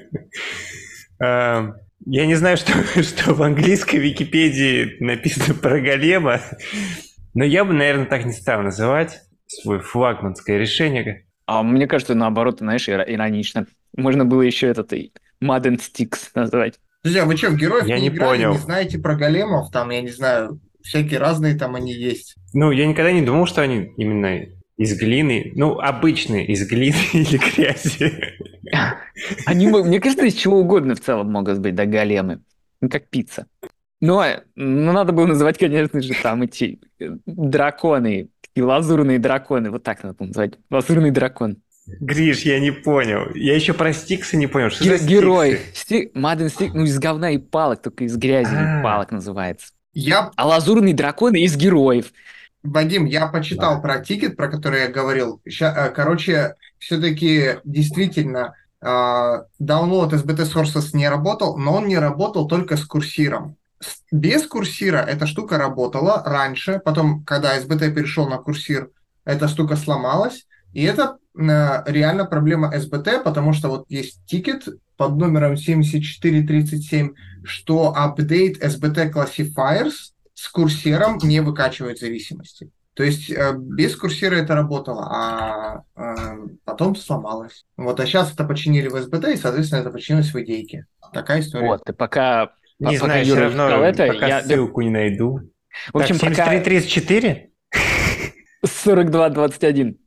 Я не знаю, что в английской Википедии написано про голема, но я бы, наверное, так не стал называть свое флагманское решение. А мне кажется, наоборот, знаешь, иронично. Можно было еще этот Mud and Sticks назвать. Друзья, вы что, в героев Я не не играли, понял. не знаете про големов? Там, я не знаю, всякие разные там они есть. Ну, я никогда не думал, что они именно из глины, обычные из глины или грязи. Они, мне кажется, из чего угодно в целом могут быть, да, големы. Ну, как пицца. Но надо было называть, конечно же, там эти драконы, и лазурные драконы. Вот так надо называть. Лазурный дракон. Гриш, я не понял. Я еще про стиксы не понял. Что за Герой. стиксы? Mud and Sticks, из говна и палок, только из грязи и палок называется. Я А лазурный дракон из героев. Вадим, я почитал про тикет, про который я говорил. Короче, все-таки действительно download SBT sources не работал, но он не работал только с курсиром. Без курсира эта штука работала раньше, потом, когда SBT перешел на курсир, эта штука сломалась, и это реально проблема SBT, потому что вот есть тикет под номером 7437, что update SBT classifiers с курсиром не выкачивает зависимости. То есть без курсира это работало, а потом сломалось. Вот, а сейчас это починили в SBT, и, соответственно, это починилось в идейке. Такая история. Вот, и пока Не знаю, Юра все равно искал это, пока ссылку не найду. В общем, так, 7334? 42-21.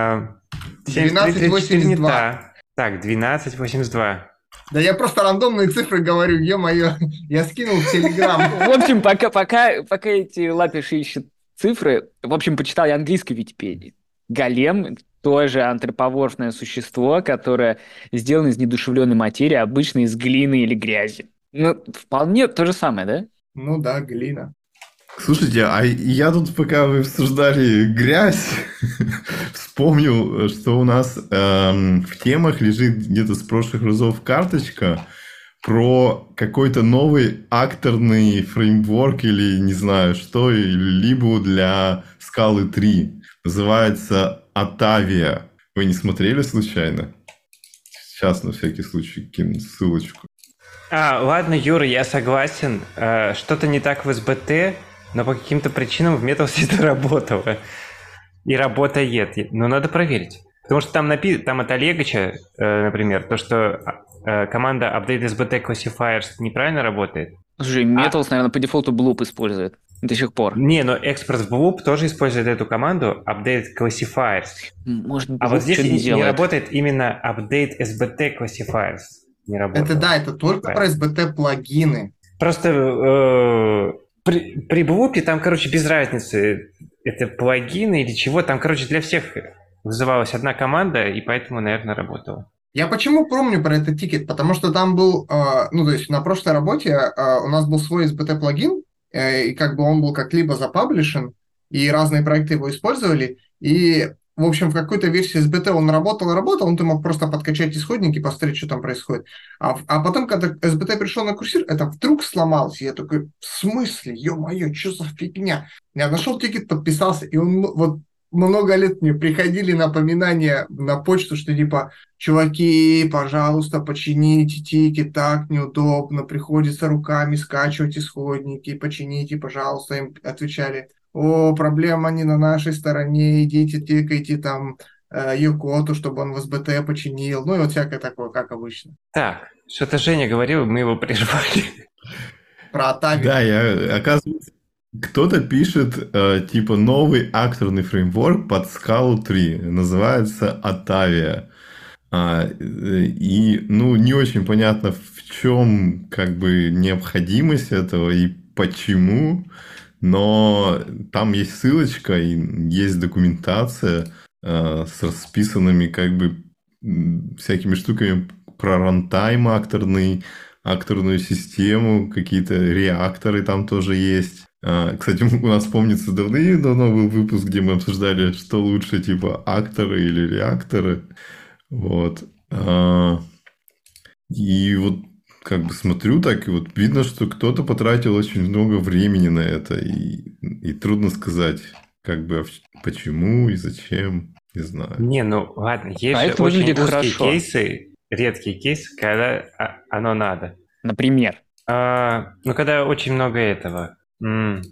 7334 не та. Так, 1282. Да я просто рандомные цифры говорю, ё-моё, я скинул в Телеграм. В общем, пока эти лапиши ищут цифры, в общем, почитал я английской Википедии. Голем тоже антропоморфное существо, которое сделано из недушевленной материи, обычно из глины или грязи. Ну, вполне то же самое, да? Ну да, глина. Слушайте, а я тут, пока вы обсуждали грязь, вспомнил, что у нас в темах лежит где-то с прошлых разов карточка про какой-то новый акторный фреймворк или не знаю что, либо для Scala 3. Называется Atavia. Вы не смотрели случайно? Сейчас на всякий случай кину ссылочку. Ладно, Юра, я согласен. Что-то не так в SBT, но по каким-то причинам в Metals это работало. И работает. Но надо проверить. Потому что там от Олегача, например, то, что команда update SBT classifiers неправильно работает. Слушай, Metals, наверное, по дефолту Bloop использует до сих пор. Не, но Express Bloop тоже использует эту команду update classifiers. Может, а вот здесь не делает. работает именно update SBT classifiers. Не работает. Это только про SBT плагины. Просто при Bloop там, без разницы, это плагины или чего, там, для всех вызывалась одна команда, и поэтому, наверное, работала. Я почему помню про этот тикет? Потому что там был, то есть на прошлой работе у нас был свой SBT-плагин, и он был как-либо запаблишен, и разные проекты его использовали, и, в общем, в какой-то версии SBT он работал, он ты мог просто подкачать исходники, посмотреть, что там происходит. А потом, когда SBT пришел на курсир, это вдруг сломалось, и я такой, в смысле, ё-моё, что за фигня? Я нашел тикет, подписался, и он вот много лет мне приходили напоминания на почту, что типа, чуваки, пожалуйста, почините тикет, так неудобно, приходится руками скачивать исходники, почините, пожалуйста. Им отвечали, проблема не на нашей стороне, идите, тикайте там Юкоту, чтобы он в СБТ починил, и вот всякое такое, как обычно. Так, что-то Женя говорил, мы его прервали. Про Atavia. Да, оказывается, кто-то пишет, новый акторный фреймворк под Scala 3. Называется Atavia. И, ну, не очень понятно, в чем как бы необходимость этого и почему, но там есть ссылочка и есть документация с расписанными как бы всякими штуками про рантайм акторную систему, какие-то реакторы там тоже есть. Кстати, у нас, помнится, давно был выпуск, где мы обсуждали, что лучше, типа, акторы или реакторы. Вот. И вот как бы смотрю так, и вот видно, что кто-то потратил очень много времени на это, и трудно сказать, как бы, почему и зачем, не знаю. Не, ну ладно, есть же это очень выглядит узкие хорошо. кейсы, редкие кейсы, когда оно надо. Например. Ну, когда очень много этого. Ну,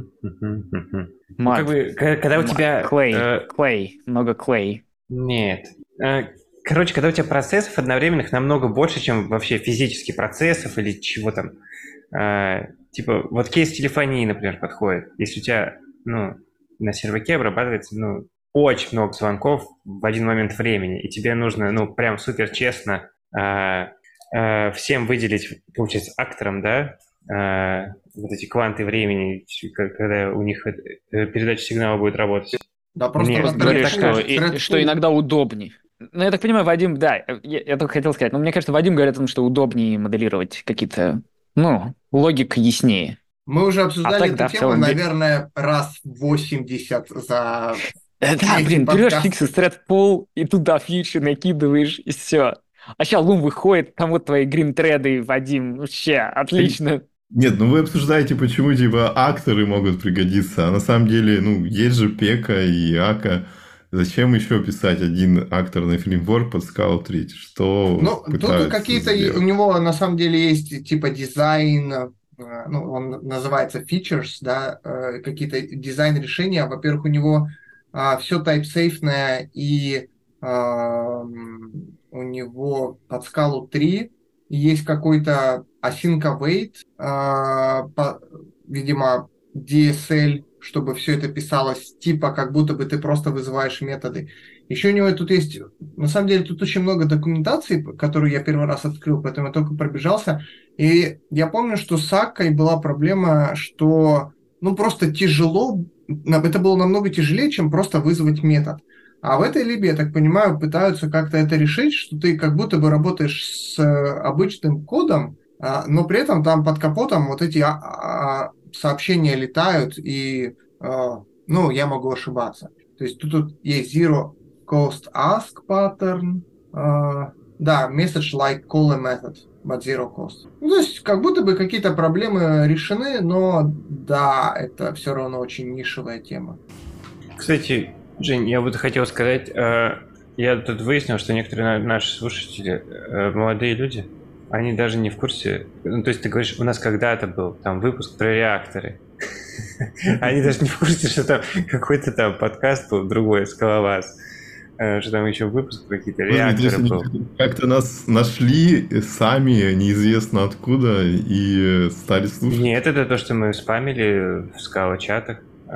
как бы, когда у тебя... Клей, много клей. Нет. Короче, когда у тебя процессов одновременных намного больше, чем вообще физически процессов или чего там. Типа, вот кейс телефонии, например, подходит. Если у тебя, ну, на серваке обрабатывается, ну, очень много звонков в один момент времени, и тебе нужно, ну, прям супер честно всем выделить, получается, акторам, да, вот эти кванты времени, когда у них передача сигнала будет работать. Да, просто Нет, говорят, что иногда удобнее. Ну, я так понимаю, Вадим, да, я только хотел сказать, но мне кажется, Вадим говорит о том, что удобнее моделировать какие-то, ну, логика яснее. Мы уже обсуждали так, эту тему, наверное, раз 80 за... Да, блин, берешь фиксы, thread-pool, и туда фьючи накидываешь, и все. А сейчас Loom выходит, там вот твои грин-треды, Вадим, вообще, отлично. Нет, ну вы обсуждаете, почему типа акторы могут пригодиться, а на самом деле, ну, есть же Пека и Ака. Зачем еще писать один акторный фреймворк под Scala 3? Что ну, тут какие-то сделать? У него на самом деле есть типа дизайн, ну, он называется features, да, какие-то дизайн-решения. Во-первых, у него все type-safe, и у него под Scala 3 есть какой-то async await, видимо, DSL, чтобы все это писалось типа, как будто бы ты просто вызываешь методы. Еще у него тут есть, на самом деле, тут очень много документации, которую я первый раз открыл, поэтому я только пробежался. И я помню, что с Аккой была проблема, что, ну, просто тяжело, это было намного тяжелее, чем просто вызвать метод. А в этой либе, я так понимаю, пытаются как-то это решить, что ты как будто бы работаешь с обычным кодом, но при этом там под капотом вот эти сообщения летают, и, ну, я могу ошибаться. То есть тут есть zero cost ask pattern, да, message like call a method, but zero cost. Ну, то есть как будто бы какие-то проблемы решены, но да, это все равно очень нишевая тема. Кстати, Жень, я вот хотел сказать, я тут выяснил, что некоторые наши слушатели, молодые люди, они даже не в курсе. Ну, то есть ты говоришь, у нас когда-то был там выпуск про реакторы. Они даже не в курсе, что там какой-то там подкаст был другой, Скалолаз. Что там еще выпуск про какие-то реакторы был. Как-то нас нашли сами, неизвестно откуда, и стали слушать. Нет, это то, что мы спамили в скала-чатах.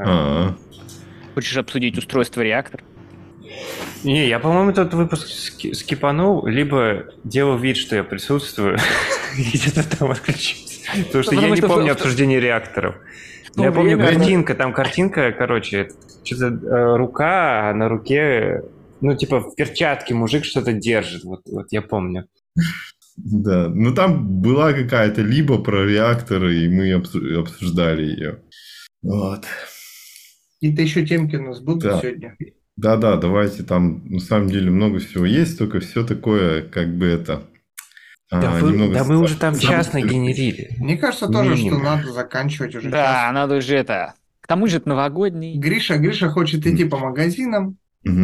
Хочешь обсудить устройство реактора? Не, я, по-моему, этот выпуск скипанул, либо делал вид, что я присутствую, и где-то там отключился. Потому что я не помню обсуждение реакторов. Я помню картинка, короче, что-то рука, а на руке, ну, типа в перчатке мужик что-то держит, вот я помню. Да, ну там была какая-то либо про реакторы, и мы обсуждали ее. Вот. Какие-то еще темки у нас будут сегодня? Да, давайте, там на самом деле много всего есть, только все такое, как бы это... Да мы уже там час нагенерили. Мне кажется тоже, что надо заканчивать уже. Да, надо уже это... К тому же это новогодний. Гриша хочет идти по магазинам.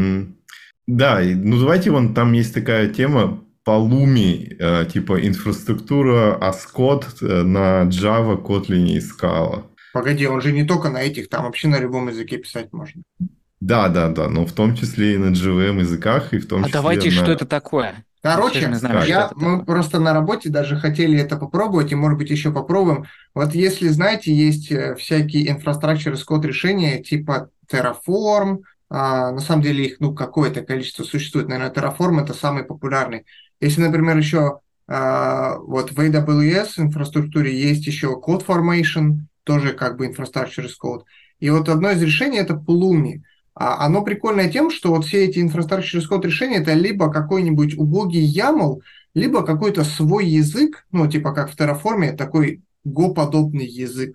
Да, ну давайте, там есть такая тема по Lumi, типа инфраструктура ASCOD на Java, Kotlin и Scala. Погоди, он же не только на этих, там вообще на любом языке писать можно. Да, но в том числе и на JVM языках, и в том числе давайте, что это такое? Короче, мы просто на работе даже хотели это попробовать, и, может быть, еще попробуем. Вот если, знаете, есть всякие infrastructure as code решения, типа Terraform, На самом деле их, ну, какое-то количество существует. Наверное, Terraform это самый популярный. Если, например, еще вот в AWS инфраструктуре есть еще CodeFormation, тоже как бы Infrastructure as Code. И вот одно из решений это Pulumi. Оно прикольное тем, что вот все эти Infrastructure as Code решения это либо какой-нибудь убогий YAML, либо какой-то свой язык, ну, типа как в Terraform, такой Go-подобный язык.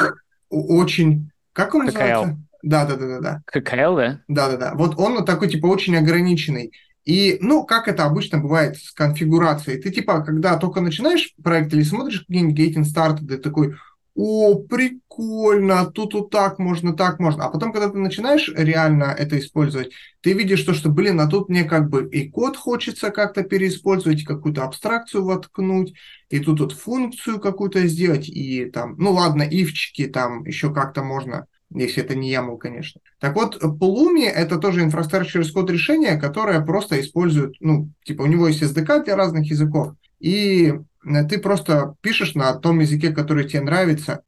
Очень... Как он ККЛ. называется? Да. ККЛ, да? Да. Вот он такой, типа, очень ограниченный. И, ну, как это обычно бывает с конфигурацией, ты, типа, когда только начинаешь проект или смотришь какие-нибудь Getting Started, ты такой, о, прикольно, тут вот так можно, так можно. А потом, когда ты начинаешь реально это использовать, ты видишь то, что, блин, а тут мне как бы и код хочется как-то переиспользовать, какую-то абстракцию воткнуть, и тут вот функцию какую-то сделать, и там, ну ладно, ифчики там еще как-то можно, если это не YAML, конечно. Так вот, Pulumi — это тоже Infrastructure as Code решение, которое просто использует, ну, типа у него есть SDK для разных языков, и ты просто пишешь на том языке, который тебе нравится,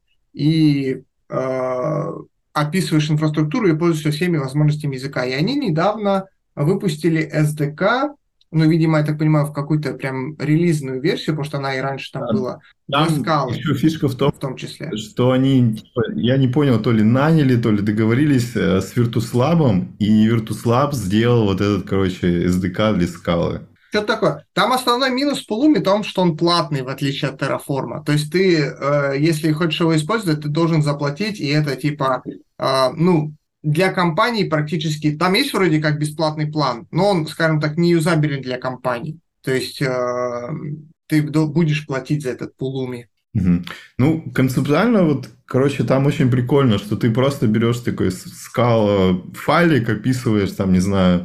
и описываешь инфраструктуру и пользуешься всеми возможностями языка. И они недавно выпустили SDK, ну, видимо, я так понимаю, в какую-то прям релизную версию, потому что она и раньше там была, для Там скалы еще фишка в в том числе. что они, типа, я не понял, то ли наняли, то ли договорились с Virtuslab, и Virtuslab сделал вот этот, короче, SDK для скалы. Что такое? Там основной минус Pulumi в том, что он платный, в отличие от Terraform. То есть ты, если хочешь его использовать, ты должен заплатить, и это типа, ну, для компаний практически... Там есть вроде как бесплатный план, но он, скажем так, не юзабелен для компаний. То есть ты будешь платить за этот Pulumi. Мгм. Ну, концептуально, вот, короче, там очень прикольно, что ты просто берешь такой скала файлик, описываешь, там, не знаю,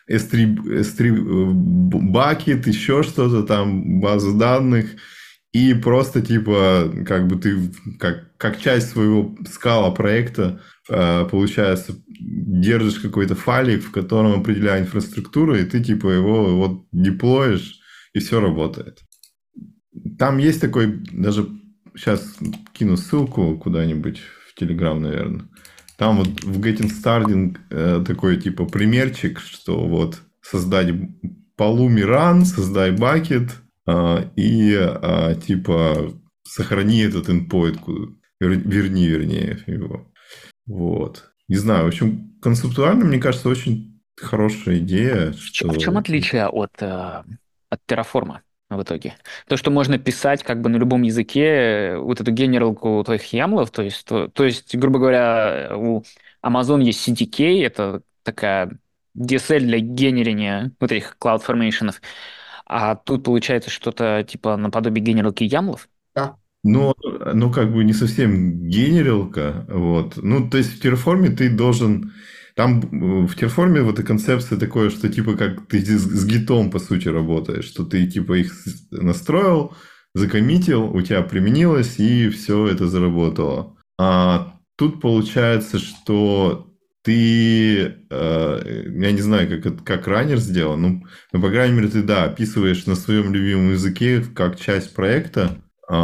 S3 бакет, еще что-то там, базу данных, и просто, типа, как бы ты, как часть своего скала проекта, получается, держишь какой-то файлик, в котором определяя инфраструктуру, и ты, типа, его вот деплоишь, и все работает. Там есть такой, даже сейчас кину ссылку куда-нибудь в Telegram, наверное. Там вот в Getting Started такой типа примерчик, что вот создать Pulumi Run, создай бакет и типа сохрани этот endpoint, вернее его. Вот. Не знаю, в общем, концептуально, мне кажется, очень хорошая идея. Что... В чем отличие от Terraform в итоге? То, что можно писать как бы на любом языке вот эту генералку твоих ямлов, то есть, грубо говоря, у Amazon есть CDK, это такая DSL для генерения вот этих CloudFormation, а тут получается что-то типа наподобие генералки ямлов? Да. Ну, как бы не совсем генералка, вот. Ну, то есть в Terraform ты должен... Там в Terraform вот эта концепция такое, что типа как ты с гитом, по сути, работаешь, что ты типа их настроил, закоммитил, у тебя применилось, и все это заработало. А тут получается, что ты, я не знаю, как раннер сделал, ну, по крайней мере, ты, да, описываешь на своем любимом языке как часть проекта,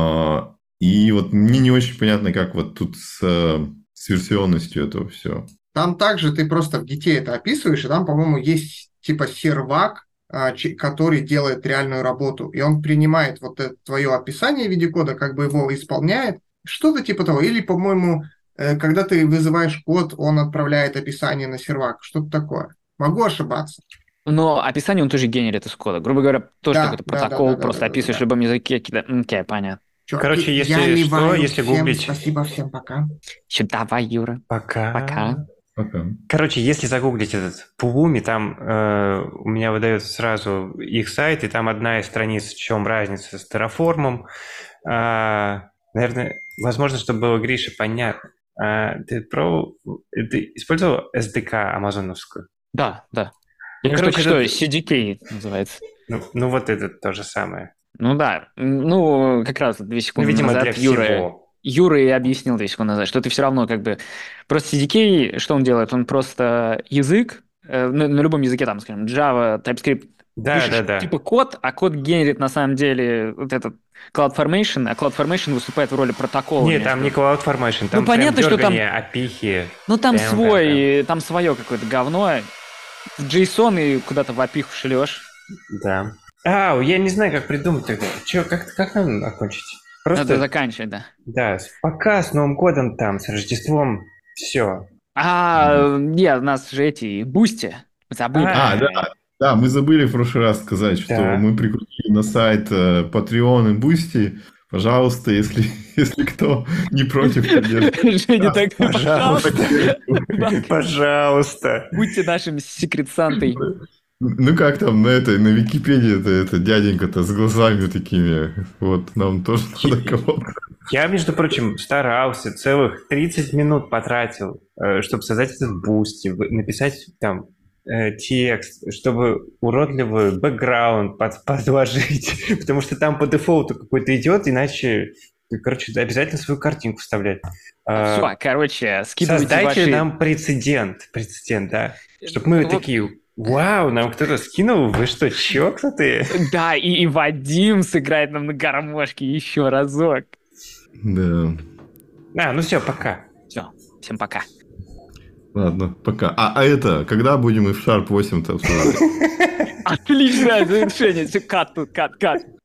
и вот мне не очень понятно, как вот тут с версионностью этого все. Там также ты просто в гите это описываешь, и там, по-моему, есть типа сервак, который делает реальную работу, и он принимает вот это твое описание в виде кода, как бы его исполняет, что-то типа того. Или, по-моему, когда ты вызываешь код, он отправляет описание на сервак, что-то такое. Могу ошибаться. Но описание он тоже генерит из кода. Грубо говоря, тоже Да, какой-то да, да, протокол, да, да, просто да, да, описываешь в да. любом языке. Окей, понятно. Чё, Короче, я если что, ливаю если всем, гуглить... спасибо, всем пока. Че, давай, Юра. Пока. Пока. Пока. Короче, если загуглить этот Pulumi, там у меня выдается сразу их сайт, и там одна из страниц, в чем разница с Terraform. Наверное, возможно, чтобы было Грише понятно. Ты использовал SDK амазоновскую? Да. Ну, Короче, что, это... CDK называется. Ну, вот это то же самое. Ну да, ну как раз 2 секунды видимо, назад для всего. Юра и объяснил 2 секунды назад, что ты все равно как бы... Просто CDK, что он делает? Он просто язык, на любом языке, там, скажем, Java, TypeScript, Да. пишешь типа код, а код генерит на самом деле вот этот CloudFormation, а CloudFormation выступает в роли протокола. Нет, там не CloudFormation, там понятно, что там... опихи. Ну, там там свое какое-то говно. В JSON и куда-то в опиху шлешь. Да. Я не знаю, как придумать тогда. Как нам окончить? Просто... Надо заканчивать, да. Да, пока, с Новым годом там, с Рождеством, все. Нет, у нас же эти бусти. Забыли. Да, мы забыли в прошлый раз сказать, что мы прикрутили на сайт Patreon и Boosty. Пожалуйста, если кто не против, Женя такой, пожалуйста. Будьте нашим секрет-сантой. Ну как там на Википедии это дяденька-то с глазами такими. Вот, нам тоже надо кого-то. Я, между прочим, старался, целых 30 минут потратил, чтобы создать этот Boosty, написать там текст, чтобы уродливый бэкграунд подложить, потому что там по дефолту какой-то идет, иначе, обязательно свою картинку вставлять. Все, скидывайте Создайте нам прецедент, да, чтобы мы такие... Вау, нам кто-то скинул? Вы что, чокнутые? Да, и Вадим сыграет нам на гармошке еще разок. Да. Ну все, пока. Все, всем пока. Ладно, пока. Когда будем и в Sharp 8-то обсуждать? Отличное завершение. Кат тут, кат.